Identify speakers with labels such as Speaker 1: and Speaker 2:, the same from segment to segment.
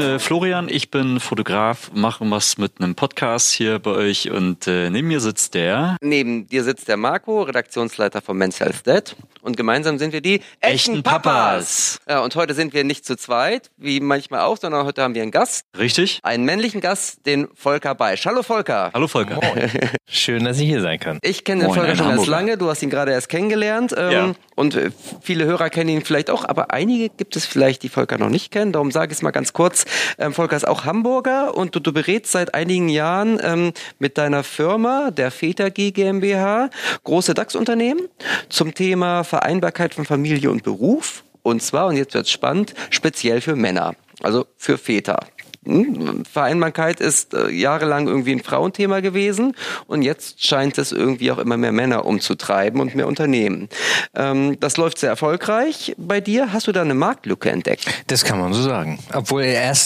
Speaker 1: Florian, ich bin Fotograf, mache was mit einem Podcast hier bei euch und neben mir sitzt der...
Speaker 2: Neben dir sitzt der Marco, Redaktionsleiter von Men's Health Dad, und gemeinsam sind wir die echten Papas. Ja, und heute sind wir nicht zu zweit, wie manchmal auch, sondern heute haben wir einen Gast.
Speaker 1: Richtig.
Speaker 2: Einen männlichen Gast, den Volker Beisch. Hallo Volker.
Speaker 1: Hallo Volker.
Speaker 3: Moin. Schön, dass ich hier sein kann.
Speaker 2: Ich kenne den Volker schon ganz lange, du hast ihn gerade erst kennengelernt und viele Hörer kennen ihn vielleicht auch, aber einige gibt es vielleicht, die Volker noch nicht kennen, darum sage ich es mal ganz kurz. Volker ist auch Hamburger und du berätst seit einigen Jahren mit deiner Firma, der Väter GmbH, große DAX-Unternehmen zum Thema Vereinbarkeit von Familie und Beruf. Und zwar, und jetzt wird's spannend, speziell für Männer, also für Väter. Vereinbarkeit ist jahrelang irgendwie ein Frauenthema gewesen und jetzt scheint es irgendwie auch immer mehr Männer umzutreiben und mehr Unternehmen. Das läuft sehr erfolgreich bei dir. Hast du da eine Marktlücke entdeckt?
Speaker 3: Das kann man so sagen. Obwohl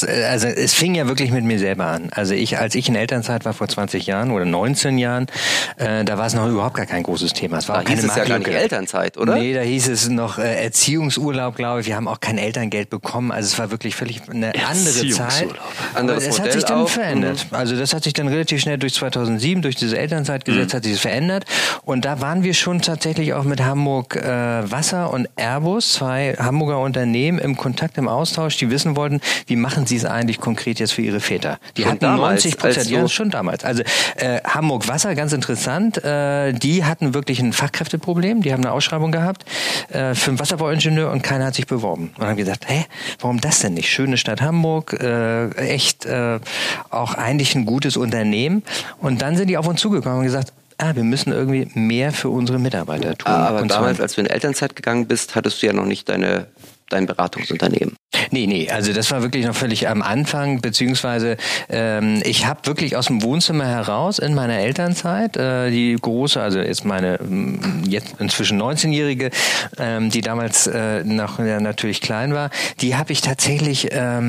Speaker 3: es fing ja wirklich mit mir selber an. Also als ich in Elternzeit war vor 20 Jahren oder 19 Jahren, da war es noch überhaupt gar kein großes Thema. Es war
Speaker 2: da
Speaker 3: auch keine
Speaker 2: hieß es ja gar nicht Elternzeit, oder?
Speaker 3: Nee, da hieß es noch Erziehungsurlaub, glaube ich. Wir haben auch kein Elterngeld bekommen. Also es war wirklich völlig eine andere Zeit.
Speaker 2: Anderes
Speaker 3: das
Speaker 2: Modell
Speaker 3: hat sich dann
Speaker 2: auch
Speaker 3: verändert. Also das hat sich dann relativ schnell durch 2007, durch dieses Elternzeitgesetz hat sich das verändert. Und da waren wir schon tatsächlich auch mit Hamburg Wasser und Airbus, zwei Hamburger Unternehmen, im Kontakt, im Austausch, die wissen wollten, wie machen sie es eigentlich konkret jetzt für ihre Väter. Die
Speaker 2: schon
Speaker 3: hatten
Speaker 2: damals,
Speaker 3: 90%, ja, schon damals. Also Hamburg Wasser, ganz interessant, die hatten wirklich ein Fachkräfteproblem, die haben eine Ausschreibung gehabt für einen Wasserbauingenieur und keiner hat sich beworben. Und haben gesagt, warum das denn nicht? Schöne Stadt Hamburg, echt auch eigentlich ein gutes Unternehmen. Und dann sind die auf uns zugekommen und gesagt, wir müssen irgendwie mehr für unsere Mitarbeiter tun.
Speaker 2: Aber damals, als du in Elternzeit gegangen bist, hattest du ja noch nicht dein Beratungsunternehmen.
Speaker 3: Nee, also das war wirklich noch völlig am Anfang, beziehungsweise ich habe wirklich aus dem Wohnzimmer heraus in meiner Elternzeit die große, also jetzt meine jetzt inzwischen 19-Jährige, die damals noch natürlich klein war, die habe ich tatsächlich,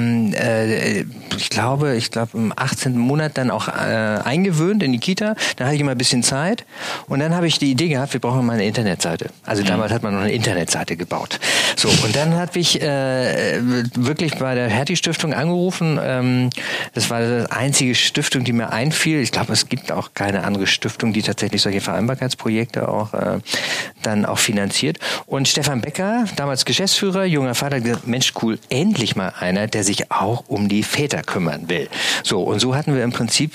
Speaker 3: ich glaube im 18. Monat dann auch eingewöhnt in die Kita. Dann hatte ich immer ein bisschen Zeit und dann habe ich die Idee gehabt, wir brauchen mal eine Internetseite. Also damals hat man noch eine Internetseite gebaut. So, und dann habe ich wirklich bei der Hertie-Stiftung angerufen. Das war die einzige Stiftung, die mir einfiel. Ich glaube, es gibt auch keine andere Stiftung, die tatsächlich solche Vereinbarkeitsprojekte auch dann auch finanziert. Und Stefan Becker, damals Geschäftsführer, junger Vater, hat gesagt, Mensch, cool, endlich mal einer, der sich auch um die Väter kümmern will. So, und so hatten wir im Prinzip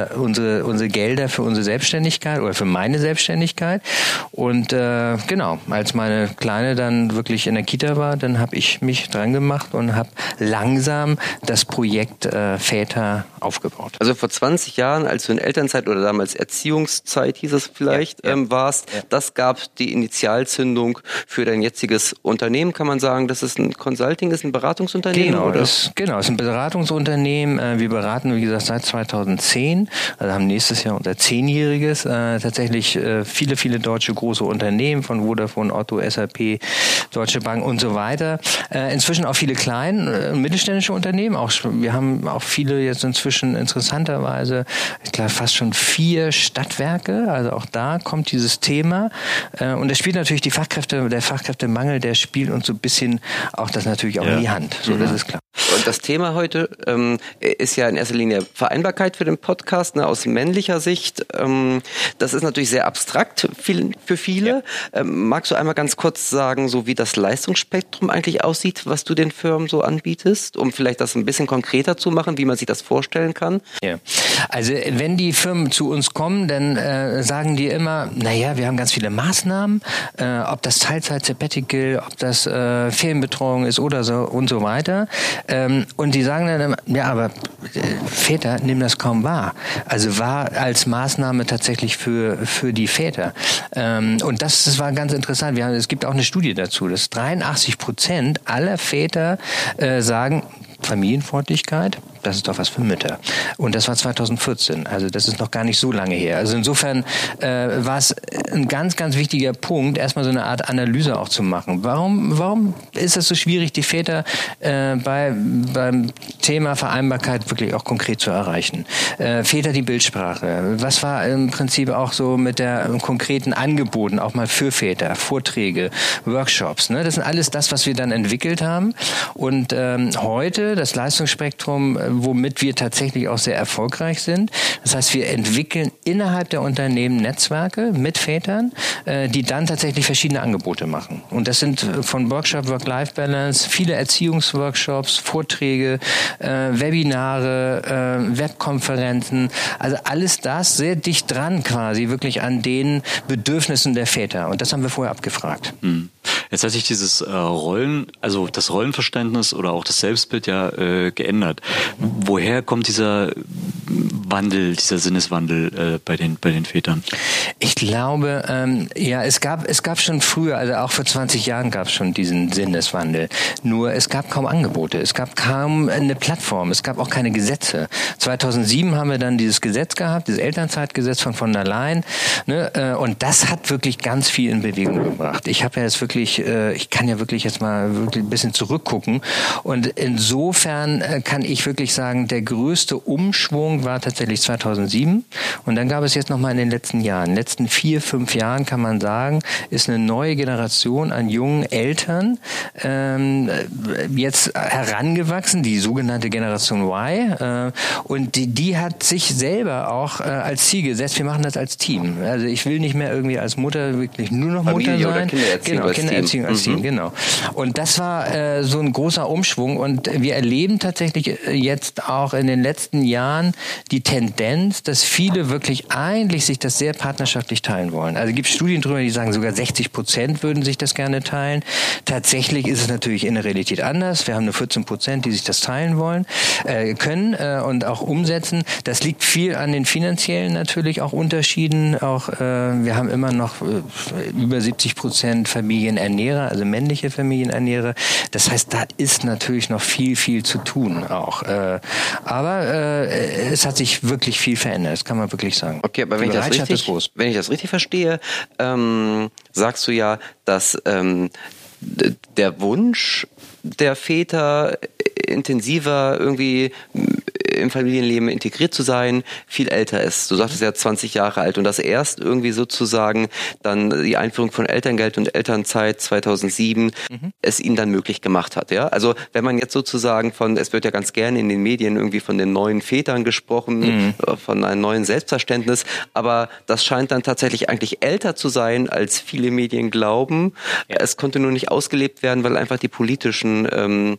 Speaker 3: unsere Gelder für unsere Selbstständigkeit oder für meine Selbstständigkeit. Und genau, als meine Kleine dann wirklich in der Kita war, dann habe ich mich dran gemacht und habe langsam das Projekt Väter aufgebaut.
Speaker 2: Also vor 20 Jahren, als du in Elternzeit oder damals Erziehungszeit hieß es vielleicht, warst, das gab die Initialzündung für dein jetziges Unternehmen, kann man sagen, das ist ein Consulting, ist ein Beratungsunternehmen?
Speaker 3: Genau,
Speaker 2: oder?
Speaker 3: Es ist ein Beratungsunternehmen. Wir beraten, wie gesagt, seit 2010, also haben nächstes Jahr unser 10-jähriges, tatsächlich viele deutsche große Unternehmen von Vodafone, Otto, SAP, Deutsche Bank und so weiter. Inzwischen auch viele kleine mittelständische Unternehmen. Wir haben auch viele jetzt inzwischen interessanterweise, ich glaube fast schon 4 Stadtwerke. Also auch da kommt dieses Thema. Und das spielt natürlich der Fachkräftemangel, der spielt uns so ein bisschen auch das natürlich auch in die Hand. So, das ist klar.
Speaker 2: Und das Thema heute ist ja in erster Linie Vereinbarkeit für den Podcast, aus männlicher Sicht. Das ist natürlich sehr abstrakt für viele. Ja. Magst du einmal ganz kurz sagen, so wie das Leistungsspektrum eigentlich aussieht, was du den Firmen so anbietest, um vielleicht das ein bisschen konkreter zu machen, wie man sich das vorstellen kann? Ja.
Speaker 3: Also wenn die Firmen zu uns kommen, dann sagen die immer, wir haben ganz viele Maßnahmen, ob das Teilzeit-Sabbatical, ob das Ferienbetreuung ist oder so und so weiter. Und die sagen dann immer, aber Väter nehmen das kaum wahr. Also war als Maßnahme tatsächlich für die Väter. Und das war ganz interessant. Es gibt auch eine Studie dazu, dass 83% aller Väter sagen, Familienfreundlichkeit, das ist doch was für Mütter. Und das war 2014, also das ist noch gar nicht so lange her. Also insofern war es ein ganz, ganz wichtiger Punkt, erstmal so eine Art Analyse auch zu machen. Warum ist es so schwierig, die Väter beim Thema Vereinbarkeit wirklich auch konkret zu erreichen. Väter die Bildsprache. Was war im Prinzip auch so mit der konkreten Angeboten, auch mal für Väter, Vorträge, Workshops. Ne? Das sind alles das, was wir dann entwickelt haben. Und heute das Leistungsspektrum, womit wir tatsächlich auch sehr erfolgreich sind. Das heißt, wir entwickeln innerhalb der Unternehmen Netzwerke mit Vätern, die dann tatsächlich verschiedene Angebote machen. Und das sind von Workshop, Work-Life-Balance, viele Erziehungsworkshops, Vorträge, Webinare, Webkonferenzen, also alles das sehr dicht dran quasi wirklich an den Bedürfnissen der Väter. Und das haben wir vorher abgefragt.
Speaker 1: Jetzt hat sich dieses das Rollenverständnis oder auch das Selbstbild ja geändert. Woher kommt dieser Wandel, dieser Sinneswandel bei den Vätern?
Speaker 3: Ich glaube, es gab schon früher, also auch vor 20 Jahren gab es schon diesen Sinneswandel. Nur es gab kaum Angebote, es gab kaum eine Plattform, es gab auch keine Gesetze. 2007 haben wir dann dieses Gesetz gehabt, dieses Elternzeitgesetz von der Leyen, ne? Und das hat wirklich ganz viel in Bewegung gebracht. Ich kann ja wirklich jetzt mal wirklich ein bisschen zurückgucken und insofern kann ich wirklich sagen, der größte Umschwung war tatsächlich 2007 und dann gab es jetzt nochmal in den letzten Jahren, in den letzten 4-5 Jahren kann man sagen, ist eine neue Generation an jungen Eltern jetzt herangewachsen, die sogenannte Generation Y und die hat sich selber auch als Ziel gesetzt, wir machen das als Team. Also ich will nicht mehr irgendwie als Mutter wirklich nur noch Familie Mutter sein.
Speaker 2: Oder
Speaker 3: Kindererziehung als Team, genau. Und das war so ein großer Umschwung und wir erleben tatsächlich jetzt auch in den letzten Jahren die Tendenz, dass viele wirklich eigentlich sich das sehr partnerschaftlich teilen wollen. Also es gibt Studien drüber, die sagen, sogar 60% würden sich das gerne teilen. Tatsächlich ist es natürlich in der Realität anders. Wir haben nur 14%, die sich das teilen wollen, können und auch umsetzen. Das liegt viel an den finanziellen natürlich auch Unterschieden. Auch wir haben immer noch über 70% Familienernährer, also männliche Familienernährer. Das heißt, da ist natürlich noch viel, viel zu tun auch. Aber es hat sich wirklich viel verändert, das kann man wirklich sagen.
Speaker 2: Okay, aber wenn ich das richtig verstehe, sagst du ja, dass der Wunsch der Väter intensiver irgendwie im Familienleben integriert zu sein, viel älter ist. Du sagtest ja 20 Jahre alt und dass erst irgendwie sozusagen dann die Einführung von Elterngeld und Elternzeit 2007 es ihnen dann möglich gemacht hat. Ja, also wenn man jetzt sozusagen es wird ja ganz gerne in den Medien irgendwie von den neuen Vätern gesprochen, von einem neuen Selbstverständnis, aber das scheint dann tatsächlich eigentlich älter zu sein, als viele Medien glauben. Ja. Es konnte nur nicht ausgelebt werden, weil einfach die politischen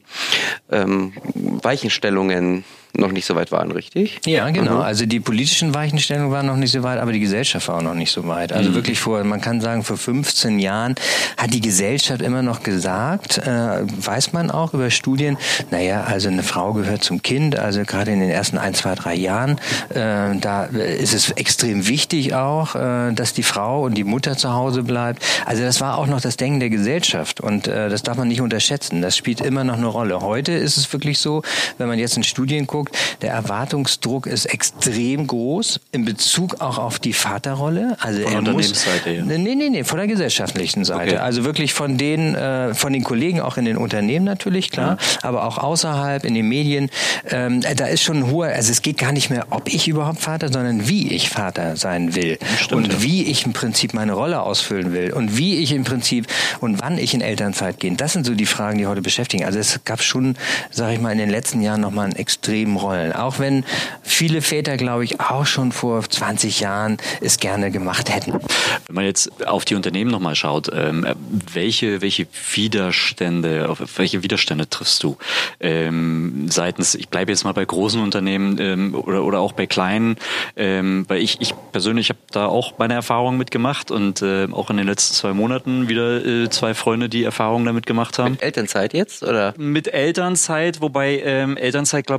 Speaker 2: Weichenstellungen noch nicht so weit waren, richtig?
Speaker 3: Ja, genau. Also die politischen Weichenstellungen waren noch nicht so weit, aber die Gesellschaft war auch noch nicht so weit. Also wirklich man kann sagen, vor 15 Jahren hat die Gesellschaft immer noch gesagt, weiß man auch über Studien, also eine Frau gehört zum Kind, also gerade in den ersten 1, 2, 3 Jahren, da ist es extrem wichtig auch, dass die Frau und die Mutter zu Hause bleibt. Also das war auch noch das Denken der Gesellschaft und das darf man nicht unterschätzen. Das spielt immer noch eine Rolle. Heute ist es wirklich so, wenn man jetzt in Studien guckt, der Erwartungsdruck ist extrem groß in Bezug auch auf die Vaterrolle. Also
Speaker 1: von der Unternehmensseite, ja.
Speaker 3: Nee, von der gesellschaftlichen Seite. Okay. Also wirklich von den Kollegen auch in den Unternehmen natürlich, klar, aber auch außerhalb, in den Medien. Da ist schon ein hoher, also es geht gar nicht mehr, ob ich überhaupt Vater, sondern wie ich Vater sein will. Stimmt, und wie ich im Prinzip meine Rolle ausfüllen will und wie ich im Prinzip und wann ich in Elternzeit gehe. Das sind so die Fragen, die heute beschäftigen. Also es gab schon, sage ich mal, in den letzten Jahren nochmal einen extremen Rollen. Auch wenn viele Väter, glaube ich, auch schon vor 20 Jahren es gerne gemacht hätten.
Speaker 1: Wenn man jetzt auf die Unternehmen nochmal schaut, welche Widerstände triffst du? Seitens, ich bleibe jetzt mal bei großen Unternehmen oder auch bei kleinen, weil ich persönlich habe da auch meine Erfahrungen mitgemacht und auch in den letzten 2 Monaten wieder 2 Freunde, die Erfahrungen damit gemacht haben.
Speaker 2: Mit Elternzeit jetzt, oder?
Speaker 1: Mit Elternzeit, wobei Elternzeit, glaube ich, nur ein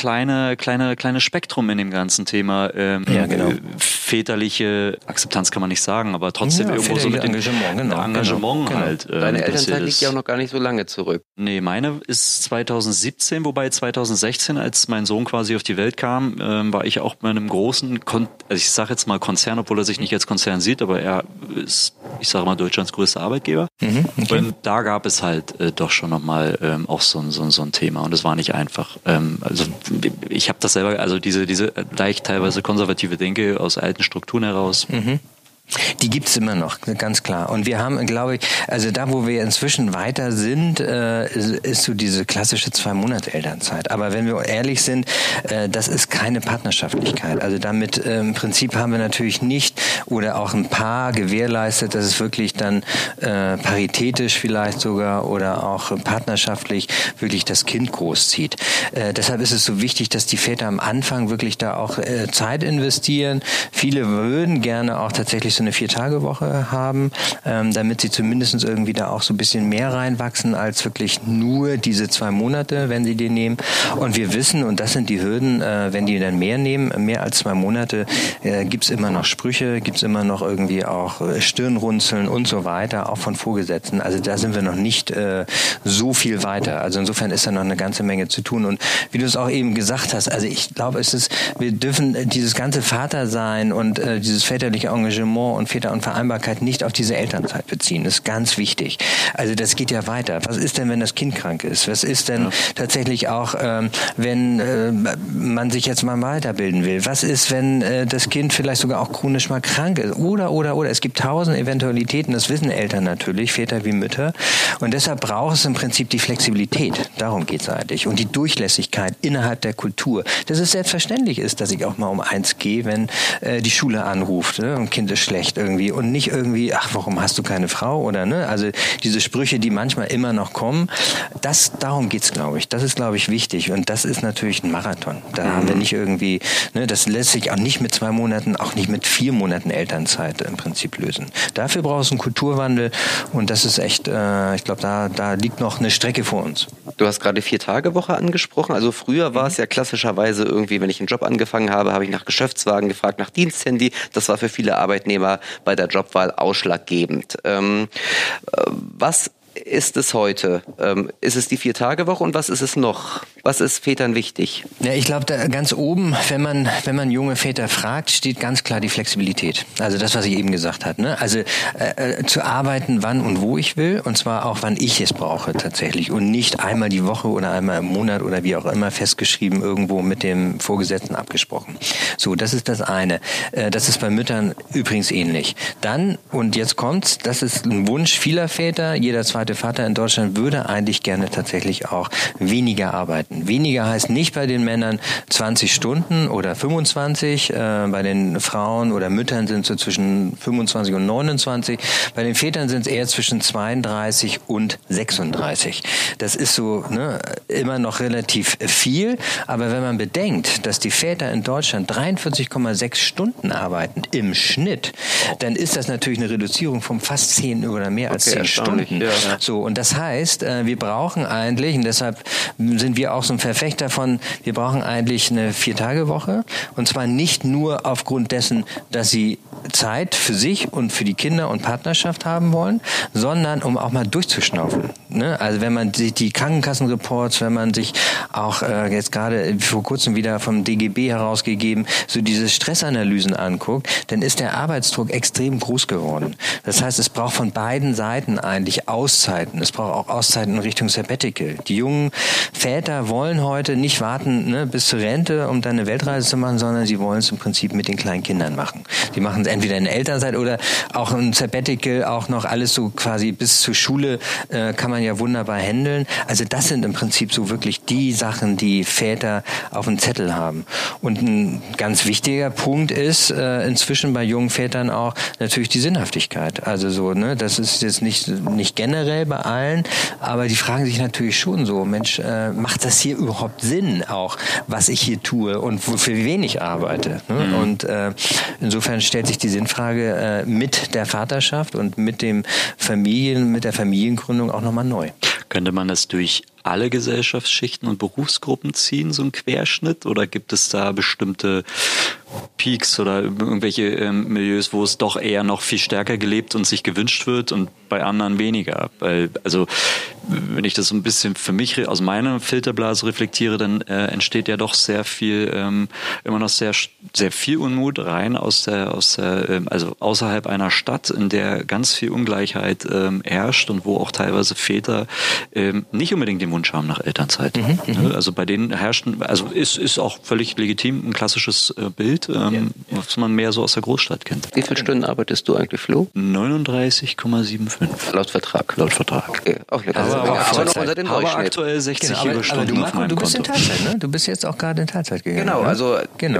Speaker 1: kleine Spektrum in dem ganzen Thema.
Speaker 3: Genau.
Speaker 1: Väterliche Akzeptanz kann man nicht sagen, aber trotzdem irgendwo so mit Engagement halt.
Speaker 2: Deine Elternzeit liegt ja auch noch gar nicht so lange zurück.
Speaker 1: Nee, meine ist 2017, wobei 2016, als mein Sohn quasi auf die Welt kam, war ich auch bei einem großen, ich sage jetzt mal Konzern, obwohl er sich nicht als Konzern sieht, aber er ist, ich sage mal, Deutschlands größter Arbeitgeber. Okay. Und da gab es halt doch schon nochmal auch so ein Thema und es war nicht einfach. Also ich habe das selber, also diese leicht teilweise konservative Denke aus alten Strukturen heraus.
Speaker 3: Die gibt's immer noch, ganz klar. Und wir haben, glaube ich, also da, wo wir inzwischen weiter sind, ist so diese klassische 2 Monate Elternzeit. Aber wenn wir ehrlich sind, das ist keine Partnerschaftlichkeit. Also damit im Prinzip haben wir natürlich nicht oder auch ein Paar gewährleistet, dass es wirklich dann paritätisch vielleicht sogar oder auch partnerschaftlich wirklich das Kind großzieht. Deshalb ist es so wichtig, dass die Väter am Anfang wirklich da auch Zeit investieren. Viele würden gerne auch tatsächlich so eine 4-Tage-Woche haben, damit sie zumindest irgendwie da auch so ein bisschen mehr reinwachsen als wirklich nur diese 2 Monate, wenn sie die nehmen. Und wir wissen, und das sind die Hürden, wenn die dann mehr nehmen, mehr als 2 Monate, gibt's immer noch Sprüche, gibt's immer noch irgendwie auch Stirnrunzeln und so weiter, auch von Vorgesetzten. Also da sind wir noch nicht so viel weiter. Also insofern ist da noch eine ganze Menge zu tun. Und wie du es auch eben gesagt hast, also ich glaube, wir dürfen dieses ganze Vatersein und dieses väterliche Engagement und Väter und Vereinbarkeit nicht auf diese Elternzeit beziehen. Das ist ganz wichtig. Also das geht ja weiter. Was ist denn, wenn das Kind krank ist? Was ist denn tatsächlich auch, wenn man sich jetzt mal weiterbilden will? Was ist, wenn das Kind vielleicht sogar auch chronisch mal krank ist? Oder. Es gibt 1000 Eventualitäten. Das wissen Eltern natürlich, Väter wie Mütter. Und deshalb braucht es im Prinzip die Flexibilität. Darum geht es eigentlich. Und die Durchlässigkeit innerhalb der Kultur. Dass es selbstverständlich ist, dass ich auch mal um 1 gehe, wenn die Schule anruft, ne? Und Kind ist schlecht irgendwie und nicht irgendwie, ach, warum hast du keine Frau oder ne? Also diese Sprüche, die manchmal immer noch kommen, darum geht's, glaube ich. Das ist, glaube ich, wichtig und das ist natürlich ein Marathon. Da haben wir nicht irgendwie, ne, das lässt sich auch nicht mit 2 Monaten, auch nicht mit 4 Monaten Elternzeit im Prinzip lösen. Dafür brauchst du einen Kulturwandel und das ist echt, ich glaube, da liegt noch eine Strecke vor uns.
Speaker 2: Du hast gerade 4-Tage-Woche angesprochen. Also früher war es ja klassischerweise irgendwie, wenn ich einen Job angefangen habe, habe ich nach Geschäftswagen gefragt, nach Diensthandy. Das war für viele Arbeitnehmer bei der Jobwahl ausschlaggebend. Was ist es heute? Ist es die 4-Tage-Woche und was ist es noch? Was ist Vätern wichtig?
Speaker 3: Ja, ich glaube, da ganz oben, wenn man junge Väter fragt, steht ganz klar die Flexibilität. Also das, was ich eben gesagt habe. Ne? Also zu arbeiten, wann und wo ich will und zwar auch, wann ich es brauche tatsächlich und nicht einmal die Woche oder einmal im Monat oder wie auch immer festgeschrieben irgendwo mit dem Vorgesetzten abgesprochen. So, das ist das eine. Das ist bei Müttern übrigens ähnlich. Dann, und jetzt kommt's, das ist ein Wunsch vieler Väter, jeder zweite Vater in Deutschland würde eigentlich gerne tatsächlich auch weniger arbeiten. Weniger heißt nicht bei den Männern 20 Stunden oder 25, bei den Frauen oder Müttern sind es so zwischen 25 und 29, bei den Vätern sind es eher zwischen 32 und 36. Das ist so immer noch relativ viel, aber wenn man bedenkt, dass die Väter in Deutschland 43,6 Stunden arbeiten im Schnitt, dann ist das natürlich eine Reduzierung von fast 10 oder mehr als 10 Stunden. Ja. So, und das heißt, wir brauchen eigentlich, und deshalb sind wir auch so ein Verfechter von, wir brauchen eigentlich eine 4-Tage-Woche. Und zwar nicht nur aufgrund dessen, dass sie Zeit für sich und für die Kinder und Partnerschaft haben wollen, sondern um auch mal durchzuschnaufen. Ne? Also wenn man sich die Krankenkassenreports, wenn man sich auch jetzt gerade vor kurzem wieder vom DGB herausgegeben, so diese Stressanalysen anguckt, dann ist der Arbeitsdruck extrem groß geworden. Das heißt, es braucht von beiden Seiten eigentlich Auszeiten. Es braucht auch Auszeiten in Richtung Sabbatical. Die jungen Väter wollen heute nicht warten bis zur Rente, um dann eine Weltreise zu machen, sondern sie wollen es im Prinzip mit den kleinen Kindern machen. Die machen es entweder in der Elternzeit oder auch ein Sabbatical, auch noch alles so quasi bis zur Schule kann man ja wunderbar handeln. Also das sind im Prinzip so wirklich die Sachen, die Väter auf dem Zettel haben. Und ein ganz wichtiger Punkt ist inzwischen bei jungen Vätern auch natürlich die Sinnhaftigkeit. Also so, das ist jetzt nicht generell bei allen, aber die fragen sich natürlich schon so, Mensch, macht das hier überhaupt Sinn auch, was ich hier tue und für wen ich arbeite? Ne? Mhm. Und insofern stellt sich die Sinnfrage mit der Vaterschaft und mit der Familiengründung auch nochmal neu.
Speaker 1: Könnte man das durch alle Gesellschaftsschichten und Berufsgruppen ziehen, so ein Querschnitt? Oder gibt es da bestimmte Peaks oder irgendwelche Milieus, wo es doch eher noch viel stärker gelebt und sich gewünscht wird und bei anderen weniger? Weil, also, wenn ich das so ein bisschen für mich aus meiner Filterblase reflektiere, dann entsteht ja doch sehr viel, immer noch sehr viel Unmut rein also außerhalb einer Stadt, in der ganz viel Ungleichheit herrscht und wo auch teilweise Väter nicht unbedingt den Wunsch haben nach Elternzeit. Also bei denen herrschten, also ist auch völlig legitim ein klassisches Bild, was man mehr so aus der Großstadt kennt.
Speaker 2: Wie viele Stunden arbeitest du eigentlich, Flo?
Speaker 1: 39,75.
Speaker 2: Laut Vertrag.
Speaker 1: Laut Vertrag.
Speaker 2: Okay. Auch eine ganze Menge. Aber noch unter dem
Speaker 1: Aber
Speaker 2: Durchschnitt.
Speaker 1: aktuell 60 Überstunden
Speaker 3: aber
Speaker 1: auf meinem
Speaker 3: du bist
Speaker 1: Konto.
Speaker 3: in Teilzeit, ne? Du bist jetzt auch gerade in Teilzeit gegangen.
Speaker 2: Genau,
Speaker 3: ne?
Speaker 2: also
Speaker 3: Genau.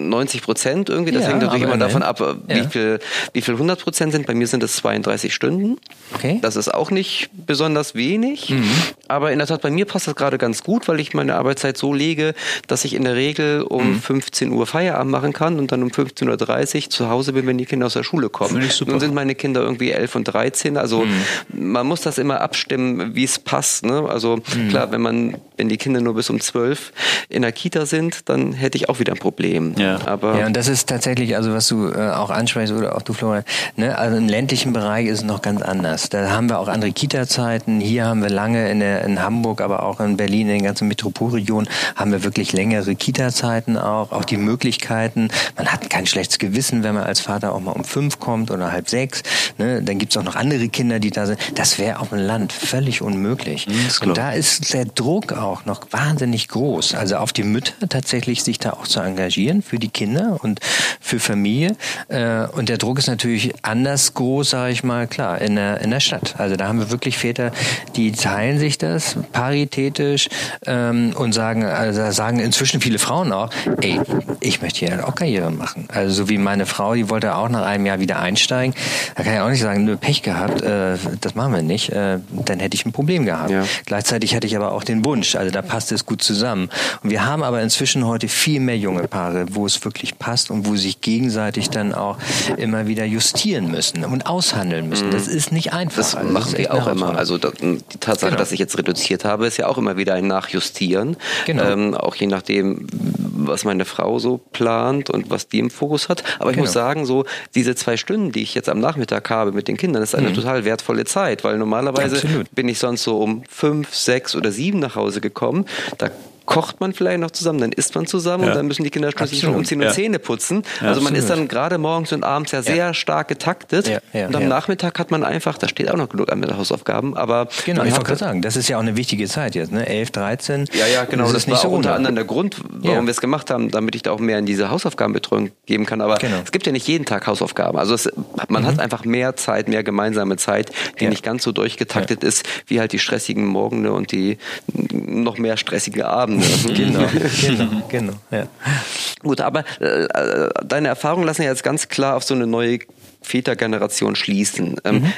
Speaker 2: 90% irgendwie, das
Speaker 3: Ja,
Speaker 2: hängt natürlich
Speaker 3: aber
Speaker 2: immer davon ab,
Speaker 3: ja.
Speaker 2: wie viel 100% sind. Bei mir sind es 32 Stunden.
Speaker 3: Okay.
Speaker 2: Das ist auch nicht besonders wenig, aber in der Tat, bei mir passt das gerade ganz gut, weil ich meine Arbeitszeit so lege, dass ich in der Regel um 15 Uhr Feierabend machen kann und dann um 15.30 Uhr zu Hause bin, wenn die Kinder aus der Schule kommen.
Speaker 1: Finde ich super.
Speaker 2: Nun sind meine Kinder irgendwie 11 und 13, also man muss das immer abstimmen, wie es passt. Ne? Also klar, wenn die Kinder nur bis um 12 in der Kita sind, dann hätte ich auch wieder ein Problem.
Speaker 1: Ja.
Speaker 2: Aber
Speaker 3: Ja, und das ist tatsächlich, also was du auch ansprichst oder auch du, Florian, ne? Also im ländlichen Bereich ist es noch ganz anders. Da haben wir auch andere Kita-Zeiten. Hier haben wir lange in Hamburg, aber auch in Berlin, in den ganzen Metropolregionen, haben wir wirklich längere Kita-Zeiten auch die Möglichkeiten. Man hat kein schlechtes Gewissen, wenn man als Vater auch mal um 5 kommt oder 5:30. Ne? Dann gibt's auch noch andere Kinder, die da sind. Das wäre auf dem Land völlig unmöglich. Und da ist der Druck auch noch wahnsinnig groß. Also auf die Mütter tatsächlich sich da auch zu engagieren für die Kinder und für Familie. Und der Druck ist natürlich anders groß, sage ich mal, klar, in der Stadt. Also da haben wir wirklich Väter, die teilen sich das paritätisch und sagen inzwischen viele Frauen auch, ey, ich möchte hier auch Karriere machen. Also so wie meine Frau, die wollte auch nach einem Jahr wieder einsteigen. Da kann ich auch nicht sagen, nö, Pech gehabt, das machen wir nicht. Dann hätte ich ein Problem gehabt. Ja. Gleichzeitig hatte ich aber auch den Wunsch, also da passt es gut zusammen. Und wir haben aber inzwischen heute viel mehr junge Paare, wo es wirklich passt und wo sie sich gegenseitig dann auch immer wieder justieren müssen und aushandeln müssen. Das ist nicht einfach.
Speaker 2: Das machen wir auch immer. Also die Tatsache, dass ich jetzt reduziert habe, ist ja auch immer wieder ein Nachjustieren. Genau. Auch je nachdem, was meine Frau so plant und was die im Fokus hat. Aber ich muss sagen, so diese 2 Stunden, die ich jetzt am Nachmittag habe mit den Kindern, ist eine total wertvolle Zeit, weil normalerweise bin ich sonst so um 5, 6 oder 7 nach Hause gekommen. Da kocht man vielleicht noch zusammen, dann isst man zusammen und dann müssen die Kinder schließlich schon umziehen und Zähne putzen. Also man ist dann gerade morgens und abends sehr stark getaktet und am Nachmittag hat man einfach, da steht auch noch genug an Hausaufgaben, aber...
Speaker 3: Genau, ich wollte gerade sagen, das ist ja auch eine wichtige Zeit jetzt, ne? 11, 13.
Speaker 2: Ja, genau, das war auch unter anderem der Grund, warum wir es gemacht haben, damit ich da auch mehr in diese Hausaufgabenbetreuung geben kann, aber es gibt ja nicht jeden Tag Hausaufgaben, also man hat einfach mehr Zeit, mehr gemeinsame Zeit, die nicht ganz so durchgetaktet ist, wie halt die stressigen Morgende und die noch mehr stressigen Abende.
Speaker 3: Genau. Ja.
Speaker 2: Gut, aber deine Erfahrungen lassen ja jetzt ganz klar auf so eine neue Vätergeneration schließen.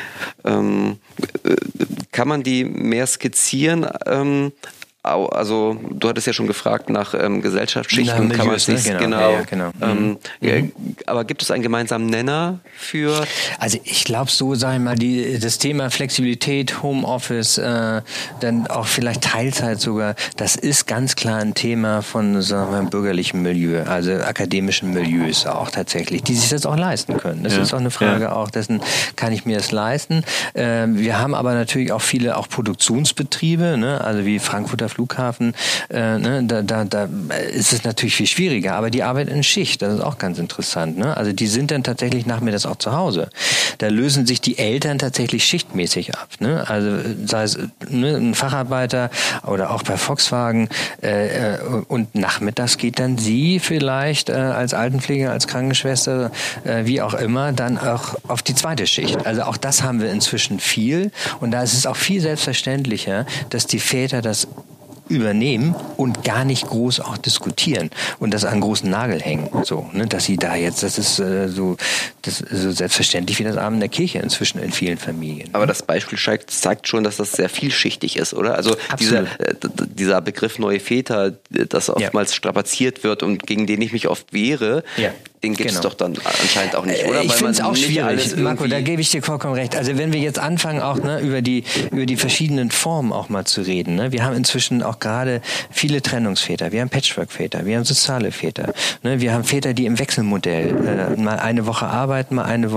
Speaker 2: Kann man die mehr skizzieren? Also du hattest ja schon gefragt nach Gesellschaftsschichten.
Speaker 3: Kann man sich,
Speaker 2: genau. Aber gibt es einen gemeinsamen Nenner für?
Speaker 3: Also ich glaube so, sagen wir mal, das Thema Flexibilität, Homeoffice, dann auch vielleicht Teilzeit sogar, das ist ganz klar ein Thema von sagen wir, bürgerlichem Milieu, also akademischen Milieus auch tatsächlich, die sich das auch leisten können. Das ist auch eine Frage auch dessen, kann ich mir das leisten? Wir haben aber natürlich auch viele auch Produktionsbetriebe, ne? Also wie Frankfurter Flughafen, da ist es natürlich viel schwieriger, aber die arbeiten in Schicht, das ist auch ganz interessant. Ne? Also die sind dann tatsächlich nachmittags auch zu Hause. Da lösen sich die Eltern tatsächlich schichtmäßig ab. Ne? Also sei es ein Facharbeiter oder auch bei Volkswagen und nachmittags geht dann sie vielleicht als Altenpfleger, als Krankenschwester, wie auch immer, dann auch auf die zweite Schicht. Also auch das haben wir inzwischen viel und da ist es auch viel selbstverständlicher, dass die Väter das übernehmen und gar nicht groß auch diskutieren und das an einen großen Nagel hängen, so, ne, dass sie da jetzt, das ist so selbstverständlich wie das Abend in der Kirche inzwischen in vielen Familien.
Speaker 2: Aber das Beispiel zeigt schon, dass das sehr vielschichtig ist, oder? Also dieser Begriff neue Väter, das oftmals strapaziert wird und gegen den ich mich oft wehre, den gibt es doch dann anscheinend auch nicht, oder?
Speaker 3: Ich finde es auch schwierig, Marco, da gebe ich dir vollkommen recht. Also wenn wir jetzt anfangen, auch über die verschiedenen Formen auch mal zu reden. Ne? Wir haben inzwischen auch gerade viele Trennungsväter, wir haben Patchwork-Väter, wir haben soziale Väter. Ne? Wir haben Väter, die im Wechselmodell mal eine Woche arbeiten, mal eine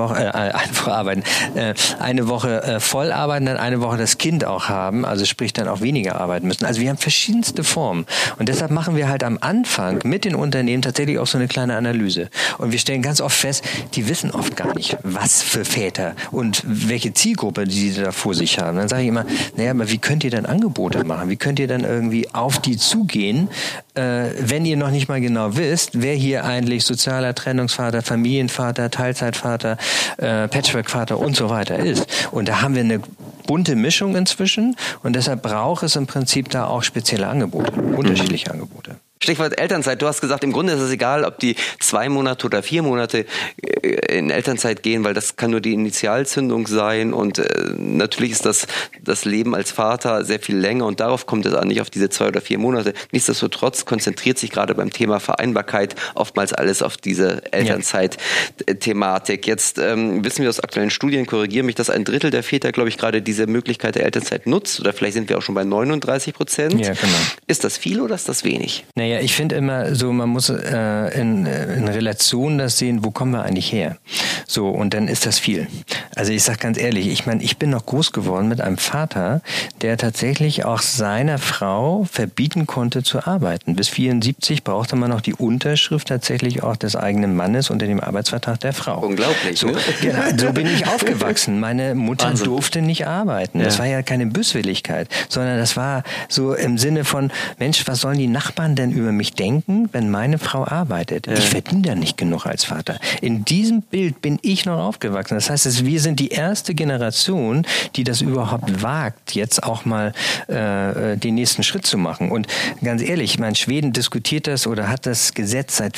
Speaker 3: Woche voll arbeiten, dann eine Woche das Kind auch haben, also sprich dann auch weniger arbeiten müssen. Also wir haben verschiedenste Formen. Und deshalb machen wir halt am Anfang mit den Unternehmen tatsächlich auch so eine kleine Analyse. Und wir stellen ganz oft fest, die wissen oft gar nicht, was für Väter und welche Zielgruppe die da vor sich haben. Dann sage ich immer, naja, aber wie könnt ihr dann Angebote machen? Wie könnt ihr dann irgendwie auf die zugehen, wenn ihr noch nicht mal genau wisst, wer hier eigentlich sozialer Trennungsvater, Familienvater, Teilzeitvater, Patchworkvater und so weiter ist. Und da haben wir eine bunte Mischung inzwischen und deshalb braucht es im Prinzip da auch spezielle Angebote, unterschiedliche Angebote.
Speaker 2: Stichwort Elternzeit. Du hast gesagt, im Grunde ist es egal, ob die 2 Monate oder 4 Monate in Elternzeit gehen, weil das kann nur die Initialzündung sein und natürlich ist das Leben als Vater sehr viel länger und darauf kommt es an, nicht auf diese 2 oder 4 Monate. Nichtsdestotrotz konzentriert sich gerade beim Thema Vereinbarkeit oftmals alles auf diese Elternzeit-Thematik. Jetzt wissen wir aus aktuellen Studien, korrigiere mich, dass 1/3 der Väter, glaube ich, gerade diese Möglichkeit der Elternzeit nutzt oder vielleicht sind wir auch schon bei 39%.
Speaker 3: Ja, genau.
Speaker 2: Ist das viel oder ist das wenig?
Speaker 3: Naja, ich finde immer so, man muss in Relation das sehen, wo kommen wir eigentlich her? So, und dann ist das viel. Also ich sage ganz ehrlich, ich meine, ich bin noch groß geworden mit einem Vater, der tatsächlich auch seiner Frau verbieten konnte zu arbeiten. Bis 74 brauchte man noch die Unterschrift tatsächlich auch des eigenen Mannes unter dem Arbeitsvertrag der Frau.
Speaker 2: Unglaublich.
Speaker 3: So, genau, so bin ich aufgewachsen. Meine Mutter
Speaker 1: Wahnsinn.
Speaker 3: durfte nicht arbeiten. Das war ja keine Böswilligkeit, sondern das war so im Sinne von, Mensch, was sollen die Nachbarn denn über mich denken, wenn meine Frau arbeitet? Ich verdiene da nicht genug als Vater. In diesem Bild bin ich noch aufgewachsen. Das heißt, wir sind die erste Generation, die das überhaupt wagt, jetzt auch mal den nächsten Schritt zu machen. Und ganz ehrlich, ich meine, Schweden diskutiert das oder hat das Gesetz seit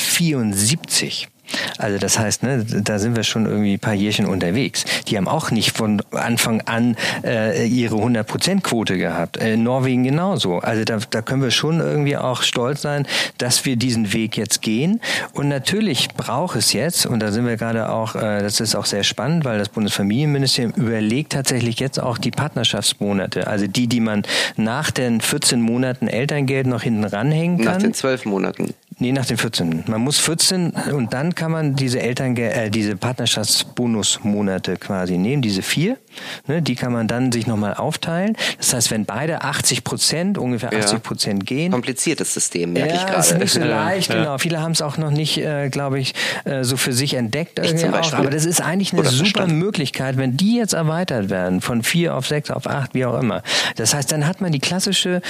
Speaker 3: 74. Also das heißt, ne, da sind wir schon irgendwie ein paar Jährchen unterwegs. Die haben auch nicht von Anfang an ihre 100%-Quote gehabt. Norwegen genauso. Also da können wir schon irgendwie auch stolz sein, dass wir diesen Weg jetzt gehen. Und natürlich braucht es jetzt, und da sind wir gerade auch, das ist auch sehr spannend, weil das Bundesfamilienministerium überlegt tatsächlich jetzt auch die Partnerschaftsmonate. Also die man nach den 14 Monaten Elterngeld noch hinten ranhängen kann.
Speaker 2: Nach den 12 Monaten.
Speaker 3: Nee, nach den 14. Man muss 14 und dann kann man diese diese Partnerschaftsbonusmonate quasi nehmen, diese 4, ne, die kann man dann sich nochmal aufteilen. Das heißt, wenn beide 80%, ungefähr 80% gehen.
Speaker 2: Kompliziertes System, merke ich gerade.
Speaker 3: Ja, ist nicht so leicht, genau. Viele haben es auch noch nicht, glaube ich, so für sich entdeckt. Auch. Aber das ist eigentlich eine super Möglichkeit, wenn die jetzt erweitert werden, von 4 auf 6, auf 8, wie auch immer. Das heißt, dann hat man die klassische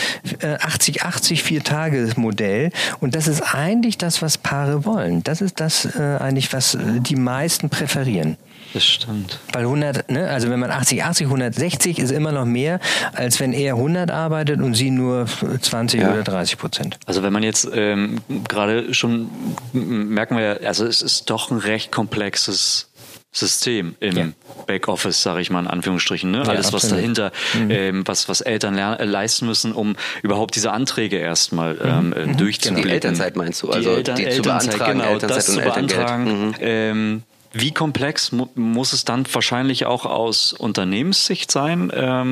Speaker 3: 80-80 4-Tage-Modell und das ist eigentlich das, was Paare wollen. Das ist das eigentlich, was die meisten präferieren.
Speaker 1: Das stimmt.
Speaker 3: Weil 100, ne, also wenn man 80, 160 ist immer noch mehr, als wenn er 100 arbeitet und sie nur 20 oder 30%.
Speaker 1: Also wenn man jetzt gerade schon, merken wir ja, also es ist doch ein recht komplexes System im Backoffice, sage ich mal in Anführungsstrichen. Ne? Alles, was dahinter, was Eltern leisten müssen, um überhaupt diese Anträge erstmal durchzublicken.
Speaker 2: Die Elternzeit meinst du? Also die zu beantragen,
Speaker 1: genau,
Speaker 2: Elternzeit
Speaker 1: das
Speaker 2: und
Speaker 1: zu beantragen.
Speaker 2: Elterngeld.
Speaker 1: Wie komplex muss es dann wahrscheinlich auch aus Unternehmenssicht sein, da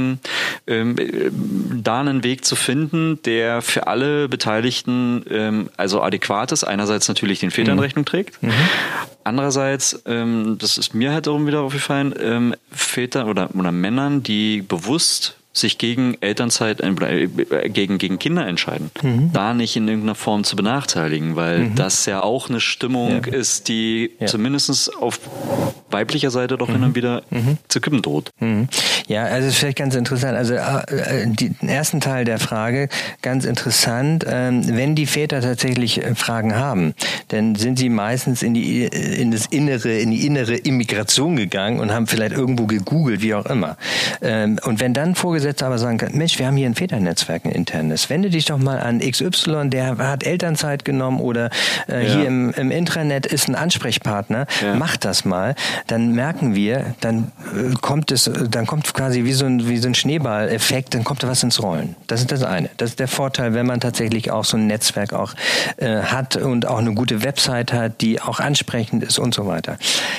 Speaker 1: einen Weg zu finden, der für alle Beteiligten also adäquat ist. Einerseits natürlich den Vätern Rechnung trägt. Andererseits, das ist mir halt darum wieder aufgefallen, Väter oder Männern, die bewusst sich gegen Elternzeit, gegen Kinder entscheiden, da nicht in irgendeiner Form zu benachteiligen, weil das ja auch eine Stimmung ist, die zumindest auf weiblicher Seite doch immer wieder zu kippen droht.
Speaker 3: Ja, also ist vielleicht ganz interessant. Also den ersten Teil der Frage, ganz interessant, wenn die Väter tatsächlich Fragen haben, dann sind sie meistens in die innere Immigration gegangen und haben vielleicht irgendwo gegoogelt, wie auch immer. Und wenn dann Vorgesetzte aber sagen kann, Mensch, wir haben hier ein Väternetzwerk, ein internes. Wende dich doch mal an XY, der hat Elternzeit genommen oder hier im Intranet ist ein Ansprechpartner. Mach das mal. dann merken wir, dann kommt quasi wie so ein Schneeballeffekt, dann kommt da was ins Rollen. Das ist das eine. Das ist der Vorteil, wenn man tatsächlich auch so ein Netzwerk auch hat und auch eine gute Website hat, die auch ansprechend ist und so weiter.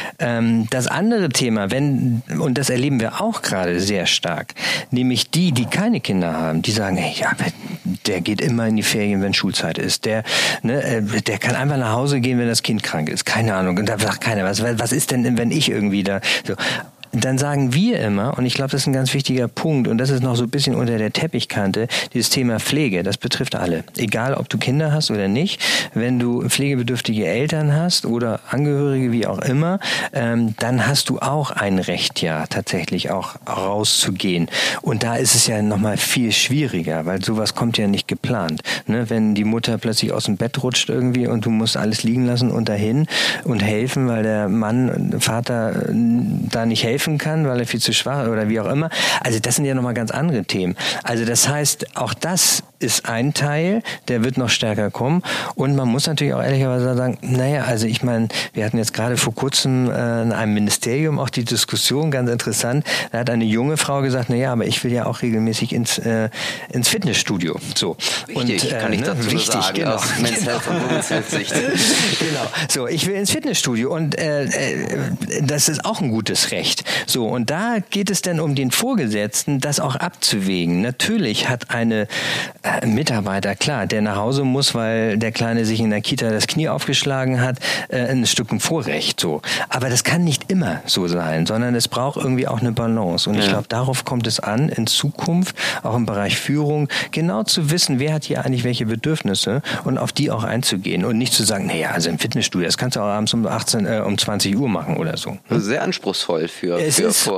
Speaker 3: Das andere Thema, und das erleben wir auch gerade sehr stark, nämlich die keine Kinder haben, die sagen, hey, ja, der geht immer in die Ferien, wenn Schulzeit ist. Der kann einfach nach Hause gehen, wenn das Kind krank ist. Keine Ahnung. Und da sagt keiner, was ist denn, wenn ich irgendwie da so. Dann sagen wir immer, und ich glaube, das ist ein ganz wichtiger Punkt, und das ist noch so ein bisschen unter der Teppichkante, dieses Thema Pflege, das betrifft alle. Egal, ob du Kinder hast oder nicht, wenn du pflegebedürftige Eltern hast oder Angehörige, wie auch immer, dann hast du auch ein Recht, ja, tatsächlich auch rauszugehen. Und da ist es ja nochmal viel schwieriger, weil sowas kommt ja nicht geplant. Ne? Wenn die Mutter plötzlich aus dem Bett rutscht irgendwie und du musst alles liegen lassen und dahin und helfen, weil der Vater da nicht helfen kann, weil er viel zu schwach oder wie auch immer. Also das sind ja nochmal ganz andere Themen. Also das heißt, auch das ist ein Teil, der wird noch stärker kommen. Und man muss natürlich auch ehrlicherweise sagen, naja, also ich meine, wir hatten jetzt gerade vor kurzem in einem Ministerium auch die Diskussion, ganz interessant, da hat eine junge Frau gesagt, naja, aber ich will ja auch regelmäßig ins Fitnessstudio. So.
Speaker 2: Richtig, kann ich dazu sagen,
Speaker 3: genau.
Speaker 2: Aus Men's Health und Women's Health Sicht.
Speaker 3: Genau. So, ich will ins Fitnessstudio und das ist auch ein gutes Recht. So, und da geht es dann um den Vorgesetzten, das auch abzuwägen. Natürlich hat eine Mitarbeiter, klar, der nach Hause muss, weil der Kleine sich in der Kita das Knie aufgeschlagen hat, ein Stück ein Vorrecht. So. Aber das kann nicht immer so sein, sondern es braucht irgendwie auch eine Balance. Und ich glaube, darauf kommt es an, in Zukunft, auch im Bereich Führung, genau zu wissen, wer hat hier eigentlich welche Bedürfnisse und auf die auch einzugehen. Und nicht zu sagen, naja, also im Fitnessstudio, das kannst du auch abends um 20 Uhr machen oder so.
Speaker 2: Sehr anspruchsvoll es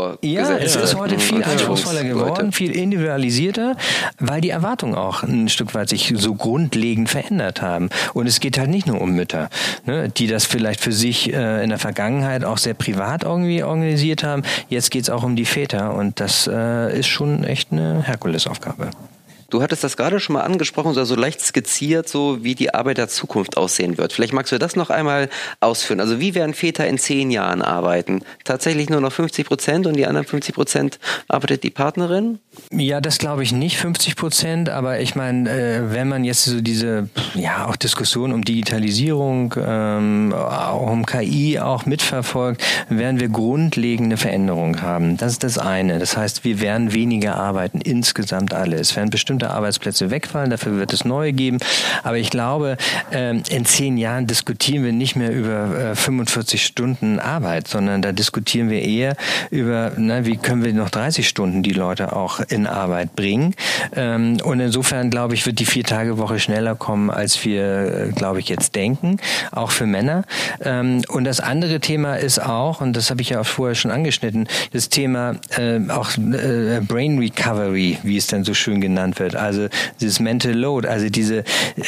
Speaker 3: ist heute viel anspruchsvoller geworden, viel individualisierter, weil die Erwartungen auch ein Stück weit sich so grundlegend verändert haben. Und es geht halt nicht nur um Mütter, ne, die das vielleicht für sich in der Vergangenheit auch sehr privat irgendwie organisiert haben. Jetzt geht es auch um die Väter und das ist schon echt eine Herkulesaufgabe.
Speaker 2: Du hattest das gerade schon mal angesprochen, so leicht skizziert, so wie die Arbeit der Zukunft aussehen wird. Vielleicht magst du das noch einmal ausführen. Also wie werden Väter in 10 Jahren arbeiten? Tatsächlich nur noch 50% und die anderen 50% arbeitet die Partnerin?
Speaker 3: Ja, das glaube ich nicht, 50%, aber ich meine, wenn man jetzt so diese, ja, auch Diskussion um Digitalisierung, auch um KI auch mitverfolgt, werden wir grundlegende Veränderungen haben. Das ist das eine. Das heißt, wir werden weniger arbeiten, insgesamt alle. Es werden bestimmte Arbeitsplätze wegfallen, dafür wird es neue geben. Aber ich glaube, in 10 Jahren diskutieren wir nicht mehr über 45 Stunden Arbeit, sondern da diskutieren wir eher über, wie können wir noch 30 Stunden die Leute auch in Arbeit bringen. Und insofern, glaube ich, wird die 4-Tage-Woche schneller kommen, als wir, glaube ich, jetzt denken, auch für Männer. Und das andere Thema ist auch, und das habe ich ja auch vorher schon angeschnitten, das Thema auch Brain Recovery, wie es dann so schön genannt wird. Also dieses Mental Load, also diese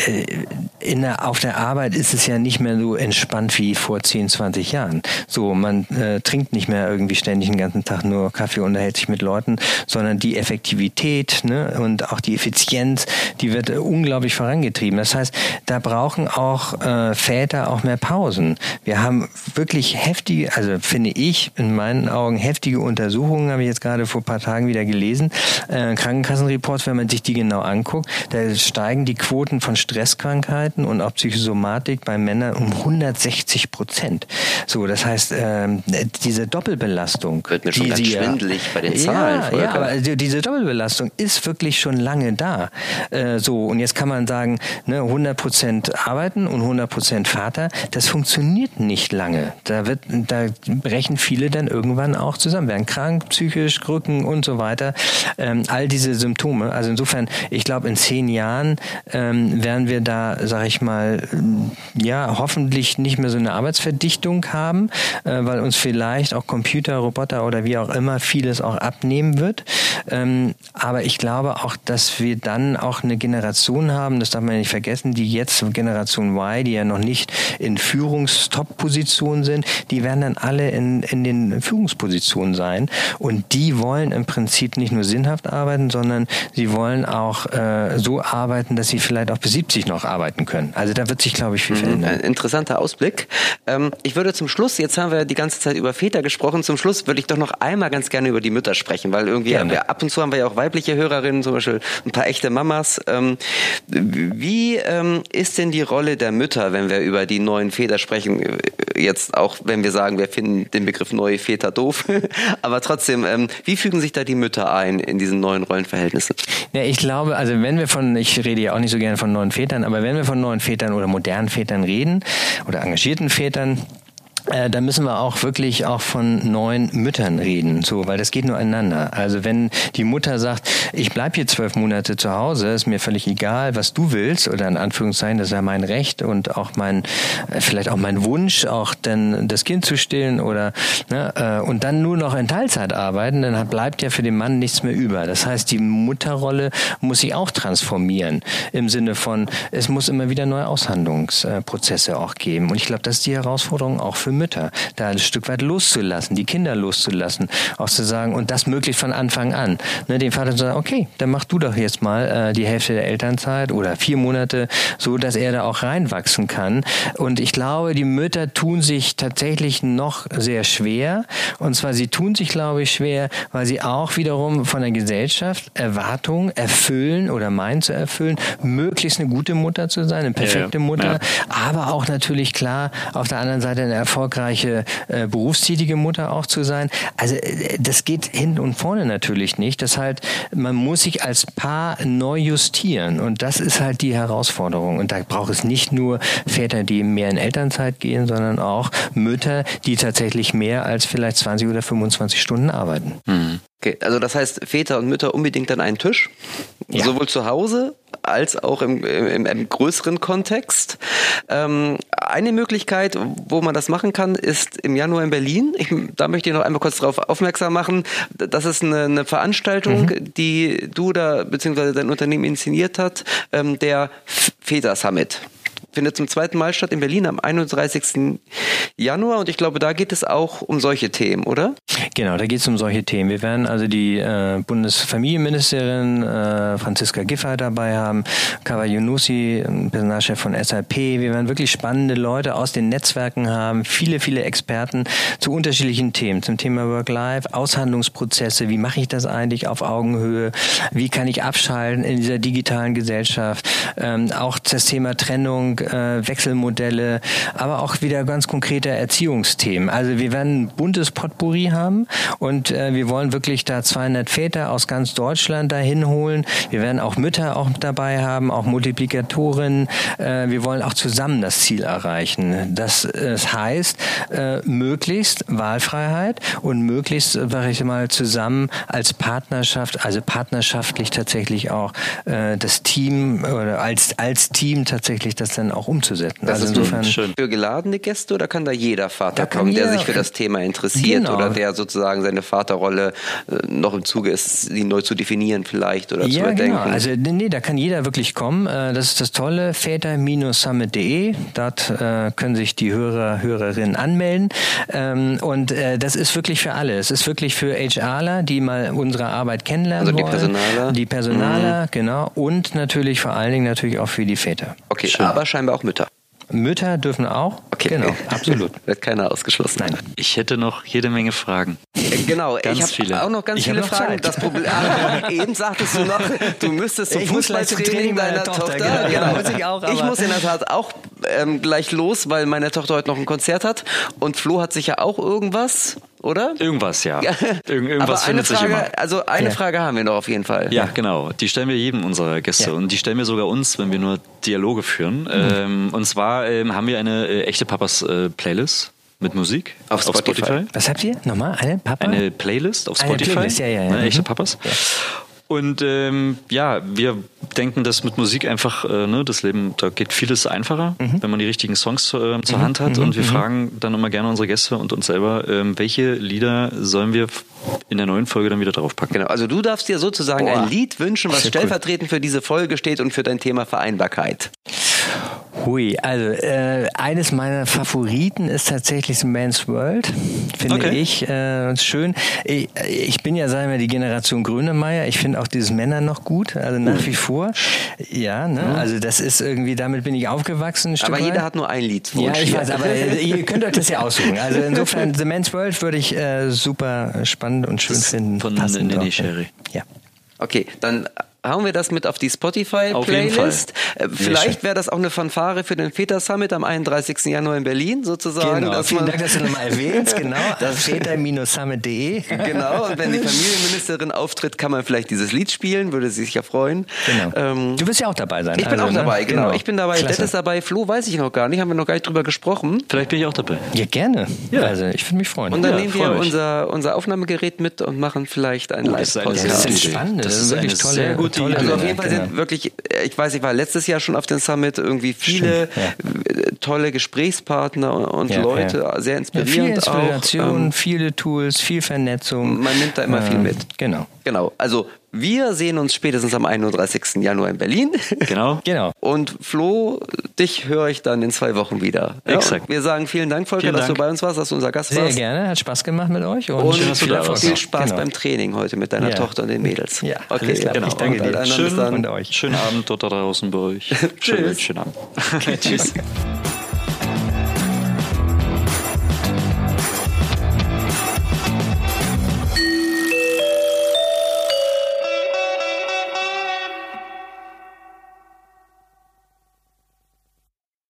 Speaker 3: auf der Arbeit ist es ja nicht mehr so entspannt wie vor 10, 20 Jahren. So, man trinkt nicht mehr irgendwie ständig den ganzen Tag nur Kaffee und unterhält sich mit Leuten, sondern die Effektivität, ne, und auch die Effizienz, die wird unglaublich vorangetrieben. Das heißt, da brauchen auch Väter auch mehr Pausen. Wir haben wirklich heftige, also finde ich in meinen Augen heftige Untersuchungen, habe ich jetzt gerade vor ein paar Tagen wieder gelesen, Krankenkassenreports, wenn man sich die genau anguckt, da steigen die Quoten von Stresskrankheiten und auch Psychosomatik bei Männern um 160%. So, das heißt, diese Doppelbelastung.
Speaker 2: Wird mir schon ganz schwindelig bei den Zahlen.
Speaker 3: Ja, aber diese Doppelbelastung ist wirklich schon lange da. So, und jetzt kann man sagen, 100% arbeiten und 100% Vater, das funktioniert nicht lange. Da brechen viele dann irgendwann auch zusammen, werden krank, psychisch, Rücken und so weiter. All diese Symptome. Also insofern, ich glaube, in 10 Jahren werden wir da, sag ich mal, hoffentlich nicht mehr so eine Arbeitsverdichtung haben, weil uns vielleicht auch Computer, Roboter oder wie auch immer vieles auch abnehmen wird. Aber ich glaube auch, dass wir dann auch eine Generation haben, das darf man nicht vergessen, die jetzt Generation Y, die ja noch nicht in Führungstop-Positionen sind, die werden dann alle in den Führungspositionen sein und die wollen im Prinzip nicht nur sinnhaft arbeiten, sondern sie wollen auch so arbeiten, dass sie vielleicht auch bis 70 noch arbeiten können. Also da wird sich, glaube ich, viel verändern.
Speaker 2: Ein interessanter Ausblick. Ich würde zum Schluss, jetzt haben wir die ganze Zeit über Väter gesprochen, zum Schluss würde ich doch noch einmal ganz gerne über die Mütter sprechen, weil irgendwie ab und zu haben wir ja auch weibliche Hörerinnen, zum Beispiel ein paar echte Mamas. Wie ist denn die Rolle der Mütter, wenn wir über die neuen Väter sprechen? Jetzt auch, wenn wir sagen, wir finden den Begriff neue Väter doof, aber trotzdem, wie fügen sich da die Mütter ein in diesen neuen Rollenverhältnissen?
Speaker 3: Ja, ich glaube, also ich rede ja auch nicht so gerne von neuen Vätern, aber wenn wir von neuen Vätern oder modernen Vätern reden oder engagierten Vätern, da müssen wir auch wirklich auch von neuen Müttern reden, so, weil das geht nur einander. Also wenn die Mutter sagt, ich bleib hier 12 Monate zu Hause, ist mir völlig egal, was du willst, oder in Anführungszeichen, das ist ja mein Recht und auch vielleicht auch mein Wunsch, auch dann das Kind zu stillen oder und dann nur noch in Teilzeit arbeiten, dann bleibt ja für den Mann nichts mehr über. Das heißt, die Mutterrolle muss sich auch transformieren im Sinne von, es muss immer wieder neue Aushandlungsprozesse auch geben. Und ich glaube, das ist die Herausforderung auch für Mütter, da ein Stück weit loszulassen, die Kinder loszulassen, auch zu sagen, und das möglichst von Anfang an. Dem Vater zu sagen, okay, dann mach du doch jetzt mal die Hälfte der Elternzeit oder 4 Monate, so dass er da auch reinwachsen kann. Und ich glaube, die Mütter tun sich tatsächlich noch sehr schwer. Und zwar, sie tun sich, glaube ich, schwer, weil sie auch wiederum von der Gesellschaft Erwartungen erfüllen oder meinen zu erfüllen, möglichst eine gute Mutter zu sein, eine perfekte Mutter, aber auch natürlich klar, auf der anderen Seite eine erfolgreiche berufstätige Mutter auch zu sein. Also das geht hinten und vorne natürlich nicht. Das heißt, man muss sich als Paar neu justieren und das ist halt die Herausforderung. Und da braucht es nicht nur Väter, die mehr in Elternzeit gehen, sondern auch Mütter, die tatsächlich mehr als vielleicht 20 oder 25 Stunden arbeiten.
Speaker 2: Okay, also das heißt, Väter und Mütter unbedingt an einen Tisch, sowohl zu Hause als auch im größeren Kontext. Eine Möglichkeit, wo man das machen kann, ist im Januar in Berlin. Da möchte ich noch einmal kurz darauf aufmerksam machen. Das ist eine Veranstaltung, die du da bzw. dein Unternehmen inszeniert hat, der Väter Summit. Findet zum 2. Mal statt in Berlin am 31. Januar und ich glaube, da geht es auch um solche Themen, oder?
Speaker 3: Genau, da geht es um solche Themen. Wir werden also die Bundesfamilienministerin Franziska Giffey dabei haben, Kawa Yunusi, Personalchef von SAP. Wir werden wirklich spannende Leute aus den Netzwerken haben, viele, viele Experten zu unterschiedlichen Themen, zum Thema Work-Life, Aushandlungsprozesse, wie mache ich das eigentlich auf Augenhöhe, wie kann ich abschalten in dieser digitalen Gesellschaft, auch das Thema Trennung, Wechselmodelle, aber auch wieder ganz konkrete Erziehungsthemen. Also wir werden ein buntes Potpourri haben und wir wollen wirklich da 200 Väter aus ganz Deutschland dahin holen. Wir werden auch Mütter auch dabei haben, auch Multiplikatorinnen. Wir wollen auch zusammen das Ziel erreichen. Das heißt, möglichst Wahlfreiheit und möglichst, sag ich mal, zusammen als Partnerschaft, also partnerschaftlich tatsächlich auch das Team oder als Team tatsächlich das dann auch umzusetzen.
Speaker 2: Das ist insofern schön. Für geladene Gäste oder kann da jeder Vater kommen, der sich für das Thema interessiert oder der sozusagen seine Vaterrolle noch im Zuge ist, sie neu zu definieren vielleicht oder zu überdenken?
Speaker 3: Genau. Also da kann jeder wirklich kommen. Das ist das Tolle, väter-summit.de. Dort können sich die Hörerinnen anmelden. Und das ist wirklich für alle. Es ist wirklich für HRler, die mal unsere Arbeit kennenlernen wollen. Also die Personaler, genau. Und natürlich vor allen Dingen natürlich auch für die Väter.
Speaker 2: Okay, aber scheinbar auch Mütter.
Speaker 3: Mütter dürfen auch.
Speaker 2: Okay.
Speaker 3: Genau, absolut.
Speaker 2: Wird keiner ausgeschlossen.
Speaker 3: Nein.
Speaker 1: Ich hätte noch jede Menge Fragen.
Speaker 2: Genau, ich habe auch noch ganz viele Fragen. Das Problem, eben sagtest du noch, du müsstest zum Fußballtraining deiner Tochter. Genau. Ich muss in der Tat auch gleich los, weil meine Tochter heute noch ein Konzert hat. Und Flo hat sicher auch irgendwas, oder?
Speaker 1: Irgendwas, ja. Irgendwas findet sich immer.
Speaker 2: Also eine Frage haben wir noch auf jeden Fall.
Speaker 1: Ja, genau. Die stellen wir jedem unserer Gäste und die stellen wir sogar uns, wenn wir nur Dialoge führen. Und zwar haben wir eine echte Papas Playlist mit Musik auf Spotify.
Speaker 3: Was habt ihr? Nochmal?
Speaker 1: Eine Playlist auf Spotify.
Speaker 3: Eine Playlist, ja.
Speaker 1: Echte Papas. Ja. Und wir denken, dass mit Musik einfach das Leben, da geht vieles einfacher, wenn man die richtigen Songs zur Hand hat. Und wir fragen dann immer gerne unsere Gäste und uns selber, welche Lieder sollen wir in der neuen Folge dann wieder draufpacken.
Speaker 2: Genau, also du darfst dir sozusagen ein Lied wünschen, was stellvertretend für diese Folge steht und für dein Thema Vereinbarkeit.
Speaker 3: Hui, also eines meiner Favoriten ist tatsächlich The Man's World, finde ich schön. Ich bin ja, sagen wir, die Generation Grönemeyer. Ich finde auch dieses Männer noch gut, also nach wie vor. Ja, ne? Also das ist irgendwie, damit bin ich aufgewachsen.
Speaker 2: Aber jeder hat nur ein Lied.
Speaker 3: Ja, ich weiß, aber ihr könnt euch das ja aussuchen. Also insofern, The Man's World würde ich super spannend und schön finden.
Speaker 1: Von Neneh Cherry.
Speaker 3: Ja.
Speaker 2: Okay, dann hauen wir das mit auf die Spotify-Playlist. Vielleicht wäre das auch eine Fanfare für den Väter Summit am 31. Januar in Berlin sozusagen.
Speaker 3: Genau, vielen Dank, dass du nochmal erwähnst. Genau, väter-summit.de.
Speaker 2: Genau, und wenn die Familienministerin auftritt, kann man vielleicht dieses Lied spielen, würde sie sich ja freuen.
Speaker 3: Genau. Du wirst ja auch dabei sein.
Speaker 2: Ich bin auch dabei, genau. Ich bin dabei,
Speaker 3: Klasse.
Speaker 2: Dett ist dabei, Flo weiß ich noch gar nicht, haben wir noch gar nicht drüber gesprochen.
Speaker 1: Vielleicht bin ich auch dabei.
Speaker 3: Ja, gerne. Ja. Also ich würde mich freuen.
Speaker 2: Und dann nehmen wir unser Aufnahmegerät mit und machen vielleicht einen Live-Podcast.
Speaker 3: Das ist spannend.
Speaker 1: Das ist wirklich
Speaker 3: sehr
Speaker 1: gute Idee.
Speaker 2: Also auf jeden Fall sind wirklich, ich war letztes Jahr schon auf dem Summit, irgendwie viele tolle Gesprächspartner und Leute, sehr inspirierend.
Speaker 3: Viel Inspiration, viele Tools, viel Vernetzung.
Speaker 2: Man nimmt da immer viel mit.
Speaker 3: Genau.
Speaker 2: Also wir sehen uns spätestens am 31. Januar in Berlin.
Speaker 1: Genau.
Speaker 2: Und Flo, dich höre ich dann in 2 Wochen wieder.
Speaker 1: Exakt.
Speaker 2: Wir sagen vielen Dank, Volker, dass du bei uns warst, dass du unser Gast warst.
Speaker 3: Sehr gerne, hat Spaß gemacht mit euch.
Speaker 2: Und viel Spaß
Speaker 3: genau.
Speaker 2: beim Training heute mit deiner Tochter und den Mädels.
Speaker 3: Ja,
Speaker 2: okay.
Speaker 3: Genau. Ich danke dir.
Speaker 1: Schönen Abend dort draußen bei euch.
Speaker 2: Tschüss.
Speaker 1: Schönen Abend. Okay, tschüss.